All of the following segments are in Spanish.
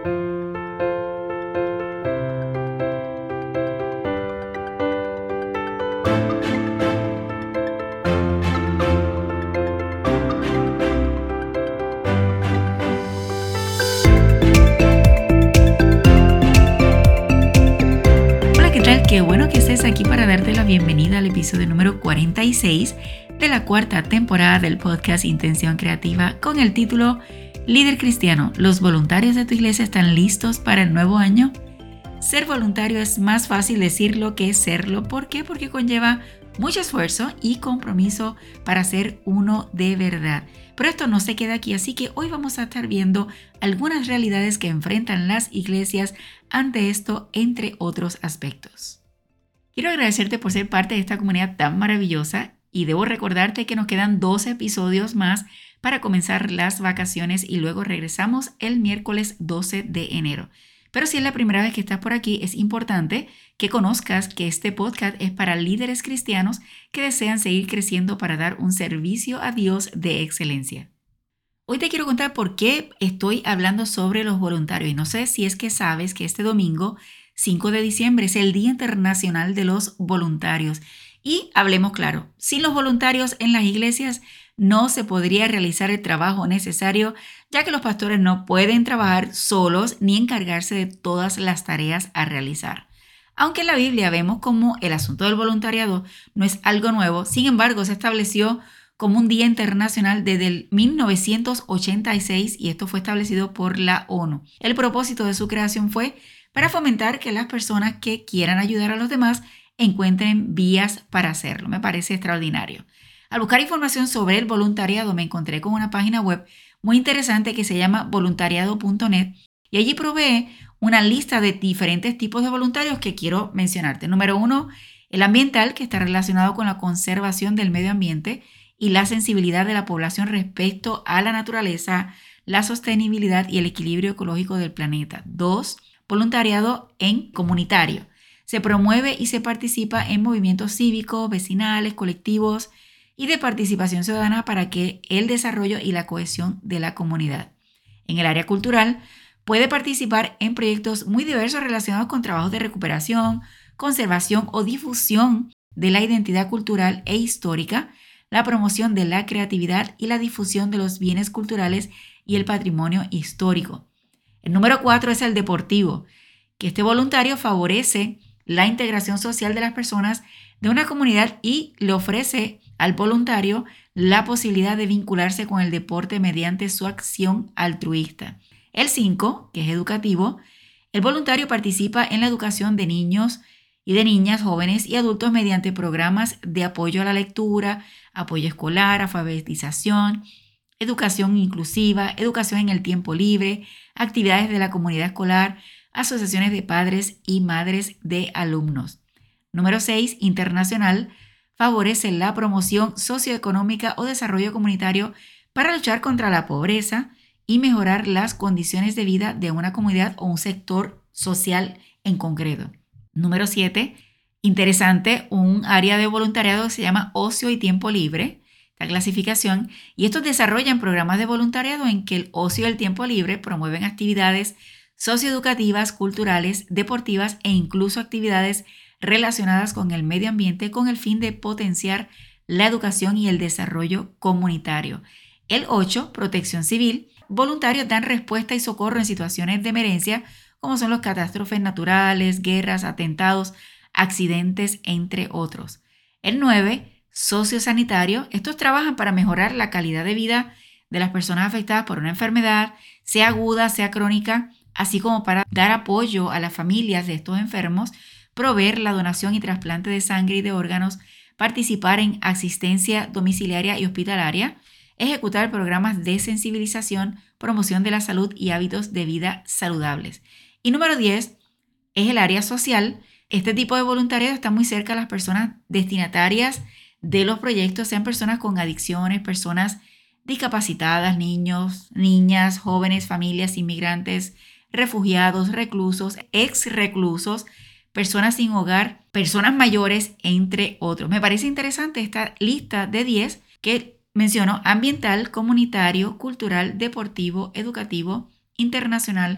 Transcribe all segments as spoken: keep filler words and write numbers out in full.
Qué bueno que estés aquí para darte la bienvenida al episodio número cuarenta y seis de la cuarta temporada del podcast Intención Creativa con el título Líder Cristiano, ¿los voluntarios de tu iglesia están listos para el nuevo año? Ser voluntario es más fácil decirlo que serlo. ¿Por qué? Porque conlleva mucho esfuerzo y compromiso para ser uno de verdad. Pero esto no se queda aquí, así que hoy vamos a estar viendo algunas realidades que enfrentan las iglesias ante esto, entre otros aspectos. Quiero agradecerte por ser parte de esta comunidad tan maravillosa y debo recordarte que nos quedan doce episodios más para comenzar las vacaciones y luego regresamos el miércoles doce de enero. Pero si es la primera vez que estás por aquí, es importante que conozcas que este podcast es para líderes cristianos que desean seguir creciendo para dar un servicio a Dios de excelencia. Hoy te quiero contar por qué estoy hablando sobre los voluntarios y no sé si es que sabes que este domingo, cinco de diciembre, es el Día Internacional de los Voluntarios. Y hablemos claro, sin los voluntarios en las iglesias no se podría realizar el trabajo necesario, ya que los pastores no pueden trabajar solos ni encargarse de todas las tareas a realizar. Aunque en la Biblia vemos como el asunto del voluntariado no es algo nuevo, sin embargo se estableció como un día internacional desde el mil novecientos ochenta y seis y esto fue establecido por la ONU. El propósito de su creación fue para fomentar que las personas que quieran ayudar a los demás encuentren vías para hacerlo. Me parece extraordinario. Al buscar información sobre el voluntariado me encontré con una página web muy interesante que se llama voluntariado punto net y allí provee una lista de diferentes tipos de voluntarios que quiero mencionarte. Número uno, el ambiental, que está relacionado con la conservación del medio ambiente y la sensibilidad de la población respecto a la naturaleza, la sostenibilidad y el equilibrio ecológico del planeta. Dos, voluntariado en comunitario. Se promueve y se participa en movimientos cívicos, vecinales, colectivos y de participación ciudadana para que el desarrollo y la cohesión de la comunidad. En el área cultural, puede participar en proyectos muy diversos relacionados con trabajos de recuperación, conservación o difusión de la identidad cultural e histórica, la promoción de la creatividad y la difusión de los bienes culturales y el patrimonio histórico. El número cuatro es el deportivo, que este voluntario favorece la integración social de las personas de una comunidad y le ofrece al voluntario la posibilidad de vincularse con el deporte mediante su acción altruista. El cinco, que es educativo, el voluntario participa en la educación de niños y de niñas, jóvenes y adultos mediante programas de apoyo a la lectura, apoyo escolar, alfabetización, educación inclusiva, educación en el tiempo libre, actividades de la comunidad escolar, asociaciones de padres y madres de alumnos. Número seis, internacional, favorece la promoción socioeconómica o desarrollo comunitario para luchar contra la pobreza y mejorar las condiciones de vida de una comunidad o un sector social en concreto. Número siete, interesante, un área de voluntariado que se llama ocio y tiempo libre, la clasificación, y estos desarrollan programas de voluntariado en que el ocio y el tiempo libre promueven actividades socioeducativas, culturales, deportivas e incluso actividades relacionadas con el medio ambiente con el fin de potenciar la educación y el desarrollo comunitario. El ocho, protección civil. Voluntarios dan respuesta y socorro en situaciones de emergencia como son las catástrofes naturales, guerras, atentados, accidentes, entre otros. El nueve, sociosanitario. Estos trabajan para mejorar la calidad de vida de las personas afectadas por una enfermedad, sea aguda, sea crónica, así como para dar apoyo a las familias de estos enfermos, proveer la donación y trasplante de sangre y de órganos, participar en asistencia domiciliaria y hospitalaria, ejecutar programas de sensibilización, promoción de la salud y hábitos de vida saludables. Y número diez es el área social. Este tipo de voluntariado está muy cerca de las personas destinatarias de los proyectos, sean personas con adicciones, personas discapacitadas, niños, niñas, jóvenes, familias, inmigrantes, refugiados, reclusos, ex reclusos, personas sin hogar, personas mayores, entre otros. Me parece interesante esta lista de diez que menciono: ambiental, comunitario, cultural, deportivo, educativo, internacional,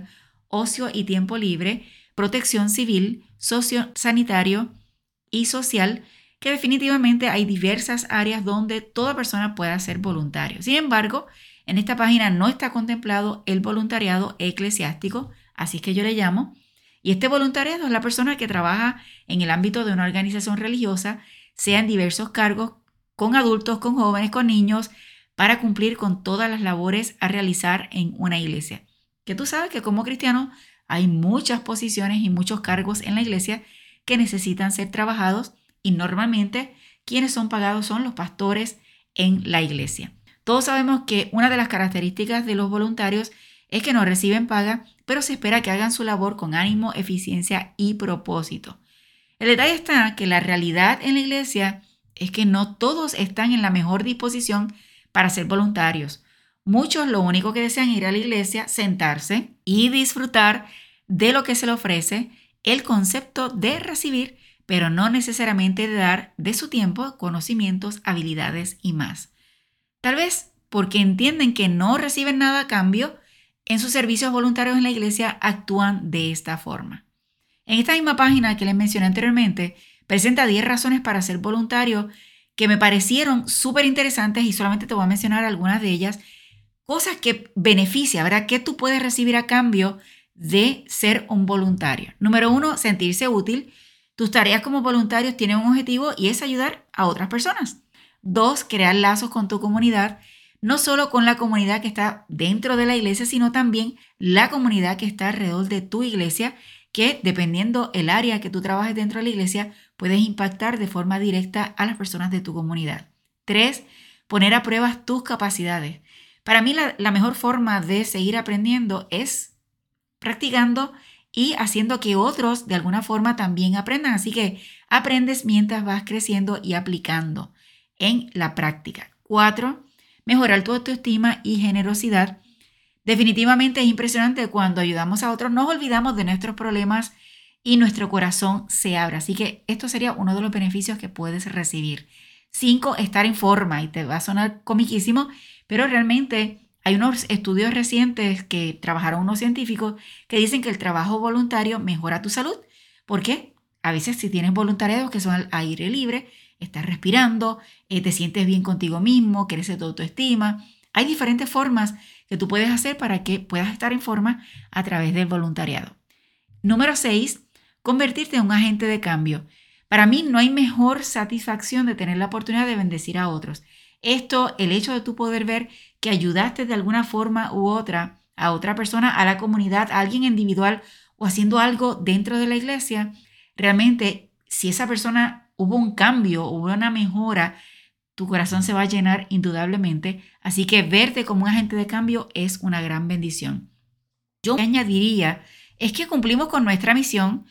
ocio y tiempo libre, protección civil, sociosanitario y social, que definitivamente hay diversas áreas donde toda persona pueda ser voluntario. Sin embargo, en esta página no está contemplado el voluntariado eclesiástico, así es que yo le llamo, y este voluntariado es la persona que trabaja en el ámbito de una organización religiosa, sea en diversos cargos, con adultos, con jóvenes, con niños, para cumplir con todas las labores a realizar en una iglesia. Que tú sabes que como cristiano hay muchas posiciones y muchos cargos en la iglesia que necesitan ser trabajados y normalmente quienes son pagados son los pastores en la iglesia. Todos sabemos que una de las características de los voluntarios es que no reciben paga, pero se espera que hagan su labor con ánimo, eficiencia y propósito. El detalle está que la realidad en la iglesia es que no todos están en la mejor disposición para ser voluntarios. Muchos lo único que desean es ir a la iglesia, sentarse y disfrutar de lo que se le ofrece, el concepto de recibir, pero no necesariamente de dar de su tiempo, conocimientos, habilidades y más. Tal vez porque entienden que no reciben nada a cambio, en sus servicios voluntarios en la iglesia actúan de esta forma. En esta misma página que les mencioné anteriormente, presenta diez razones para ser voluntario que me parecieron súper interesantes y solamente te voy a mencionar algunas de ellas. Cosas que benefician, ¿verdad? ¿Qué tú puedes recibir a cambio de ser un voluntario? Número uno, sentirse útil. Tus tareas como voluntarios tienen un objetivo y es ayudar a otras personas. Dos, crear lazos con tu comunidad, no solo con la comunidad que está dentro de la iglesia, sino también la comunidad que está alrededor de tu iglesia, que dependiendo el área que tú trabajes dentro de la iglesia, puedes impactar de forma directa a las personas de tu comunidad. Tres, poner a prueba tus capacidades. Para mí la, la mejor forma de seguir aprendiendo es practicando y haciendo que otros de alguna forma también aprendan. Así que aprendes mientras vas creciendo y aplicando en la práctica. Cuatro, mejorar tu autoestima y generosidad. Definitivamente es impresionante cuando ayudamos a otros, nos olvidamos de nuestros problemas y nuestro corazón se abre. Así que esto sería uno de los beneficios que puedes recibir. Cinco, estar en forma. Y te va a sonar comiquísimo, pero realmente hay unos estudios recientes que trabajaron unos científicos que dicen que el trabajo voluntario mejora tu salud. ¿Por qué? A veces si tienes voluntariados que son al aire libre, estás respirando, eh, te sientes bien contigo mismo, crece tu autoestima. Hay diferentes formas que tú puedes hacer para que puedas estar en forma a través del voluntariado. Número seis, convertirte en un agente de cambio. Para mí no hay mejor satisfacción de tener la oportunidad de bendecir a otros. Esto, el hecho de tú poder ver que ayudaste de alguna forma u otra a otra persona, a la comunidad, a alguien individual o haciendo algo dentro de la iglesia, realmente si esa persona hubo un cambio, hubo una mejora, tu corazón se va a llenar indudablemente. Así que verte como un agente de cambio es una gran bendición. Yo añadiría es que cumplimos con nuestra misión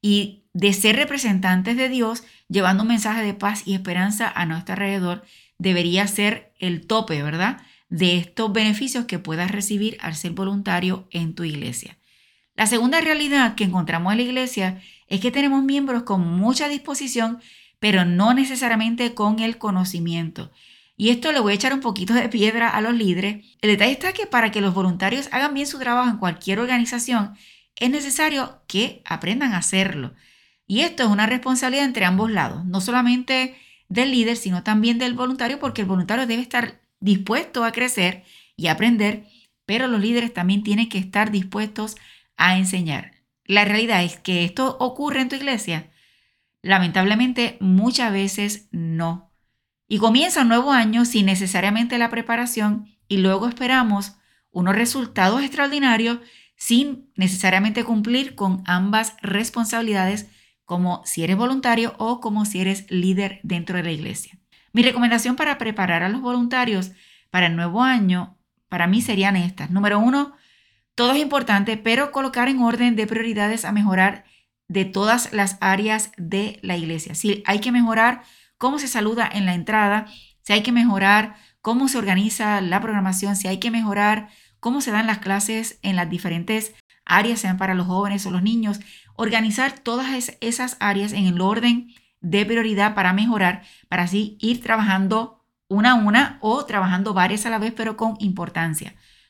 y de ser representantes de Dios, llevando un mensaje de paz y esperanza a nuestro alrededor, debería ser el tope, ¿verdad?, de estos beneficios que puedas recibir al ser voluntario en tu iglesia. La segunda realidad que encontramos en la iglesia es que tenemos miembros con mucha disposición, pero no necesariamente con el conocimiento. Y esto le voy a echar un poquito de piedra a los líderes. El detalle está que para que los voluntarios hagan bien su trabajo en cualquier organización, es necesario que aprendan a hacerlo. Y esto es una responsabilidad entre ambos lados, no solamente del líder, sino también del voluntario, porque el voluntario debe estar dispuesto a crecer y aprender, pero los líderes también tienen que estar dispuestos a enseñar. La realidad es que esto ocurre en tu iglesia. Lamentablemente, muchas veces no. Y comienza un nuevo año sin necesariamente la preparación y luego esperamos unos resultados extraordinarios sin necesariamente cumplir con ambas responsabilidades, como si eres voluntario o como si eres líder dentro de la iglesia. Mi recomendación para preparar a los voluntarios para el nuevo año, para mí serían estas. Número uno, todo es importante, pero colocar en orden de prioridades a mejorar de todas las áreas de la iglesia. Si hay que mejorar cómo se saluda en la entrada, si hay que mejorar cómo se organiza la programación, si hay que mejorar cómo se dan las clases en las diferentes áreas, sean para los jóvenes o los niños, organizar todas esas áreas en el orden de prioridad para mejorar, para así ir trabajando una a una o trabajando varias a la vez, pero con importancia.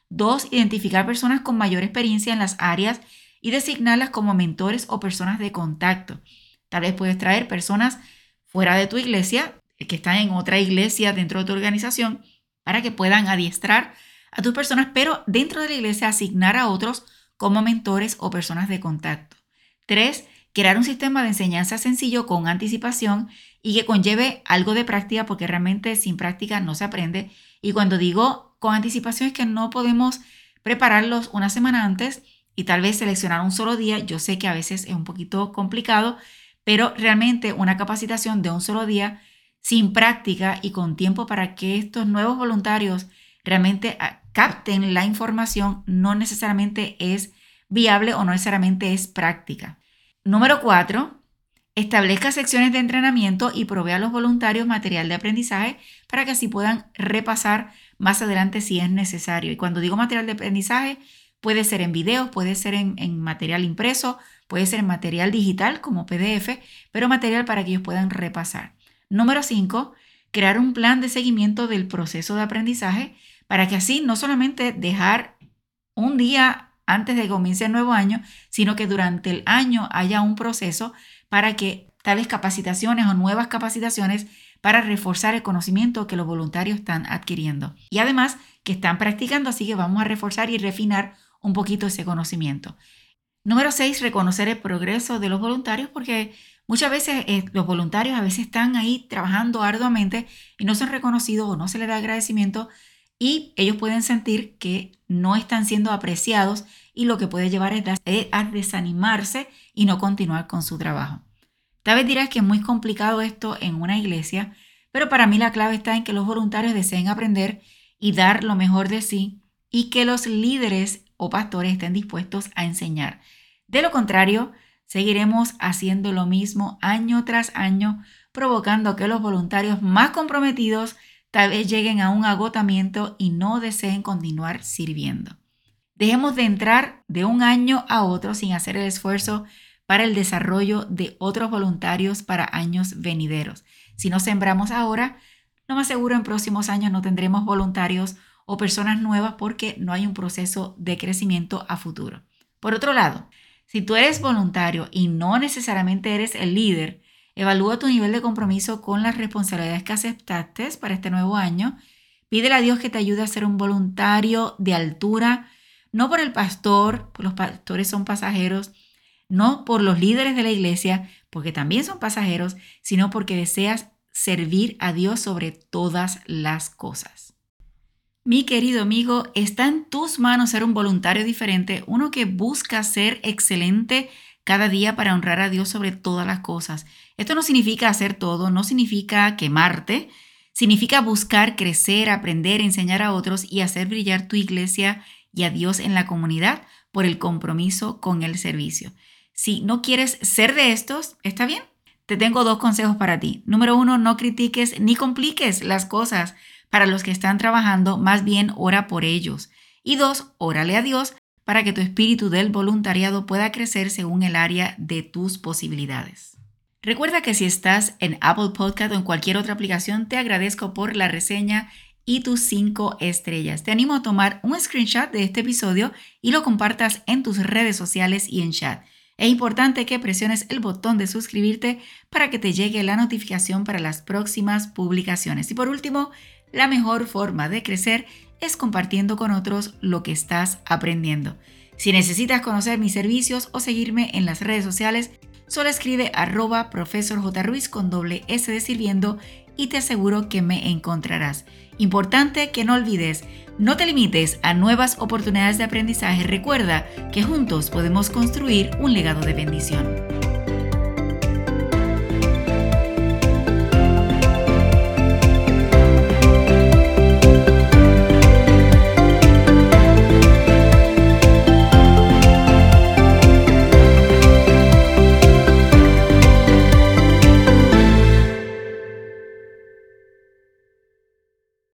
Dos, identificar personas con mayor experiencia en las áreas y designarlas como mentores o personas de contacto. Tal vez puedes traer personas fuera de tu iglesia, que están en otra iglesia dentro de tu organización, para que puedan adiestrar a tus personas, pero dentro de la iglesia asignar a otros como mentores o personas de contacto. Tres, crear un sistema de enseñanza sencillo con anticipación y que conlleve algo de práctica, porque realmente sin práctica no se aprende. Y cuando digo con anticipación es que no podemos prepararlos una semana antes y tal vez seleccionar un solo día. Yo sé que a veces es un poquito complicado, pero realmente una capacitación de un solo día sin práctica y con tiempo para que estos nuevos voluntarios realmente capten la información no necesariamente es viable o no necesariamente es práctica. Número cuatro, establezca secciones de entrenamiento y provea a los voluntarios material de aprendizaje para que así puedan repasar más adelante si es necesario. Y cuando digo material de aprendizaje, puede ser en videos, puede ser en, en material impreso, puede ser en material digital como P D F, pero material para que ellos puedan repasar. Número cinco, crear un plan de seguimiento del proceso de aprendizaje para que así no solamente dejar un día antes de que comience el nuevo año, sino que durante el año haya un proceso para que tales capacitaciones o nuevas capacitaciones para reforzar el conocimiento que los voluntarios están adquiriendo. Y además que están practicando, así que vamos a reforzar y refinar un poquito ese conocimiento. Número seis, reconocer el progreso de los voluntarios, porque muchas veces eh, los voluntarios a veces están ahí trabajando arduamente y no son reconocidos o no se les da agradecimiento y ellos pueden sentir que no están siendo apreciados y lo que puede llevar es a desanimarse y no continuar con su trabajo. Tal vez dirás que es muy complicado esto en una iglesia, pero para mí la clave está en que los voluntarios deseen aprender y dar lo mejor de sí y que los líderes o pastores estén dispuestos a enseñar. De lo contrario, seguiremos haciendo lo mismo año tras año, provocando que los voluntarios más comprometidos tal vez lleguen a un agotamiento y no deseen continuar sirviendo. Dejemos de entrar de un año a otro sin hacer el esfuerzo para el desarrollo de otros voluntarios para años venideros. Si no sembramos ahora, lo más seguro en próximos años no tendremos voluntarios o personas nuevas porque no hay un proceso de crecimiento a futuro. Por otro lado, si tú eres voluntario y no necesariamente eres el líder, evalúa tu nivel de compromiso con las responsabilidades que aceptaste para este nuevo año. Pídele a Dios que te ayude a ser un voluntario de altura, no por el pastor, porque los pastores son pasajeros, no por los líderes de la iglesia, porque también son pasajeros, sino porque deseas servir a Dios sobre todas las cosas. Mi querido amigo, está en tus manos ser un voluntario diferente, uno que busca ser excelente cada día para honrar a Dios sobre todas las cosas. Esto no significa hacer todo, no significa quemarte, significa buscar crecer, aprender, enseñar a otros y hacer brillar tu iglesia y a Dios en la comunidad por el compromiso con el servicio. Si no quieres ser de estos, ¿está bien? Te tengo dos consejos para ti. Número uno, no critiques ni compliques las cosas para los que están trabajando, más bien ora por ellos. Y dos, órale a Dios para que tu espíritu del voluntariado pueda crecer según el área de tus posibilidades. Recuerda que si estás en Apple Podcast o en cualquier otra aplicación, te agradezco por la reseña y tus cinco estrellas. Te animo a tomar un screenshot de este episodio y lo compartas en tus redes sociales y en chat. Es importante que presiones el botón de suscribirte para que te llegue la notificación para las próximas publicaciones. Y por último, la mejor forma de crecer es compartiendo con otros lo que estás aprendiendo. Si necesitas conocer mis servicios o seguirme en las redes sociales, solo escribe arroba profesor J. Ruiz con doble S de sirviendo y te aseguro que me encontrarás. Importante que no olvides, no te limites a nuevas oportunidades de aprendizaje. Recuerda que juntos podemos construir un legado de bendición.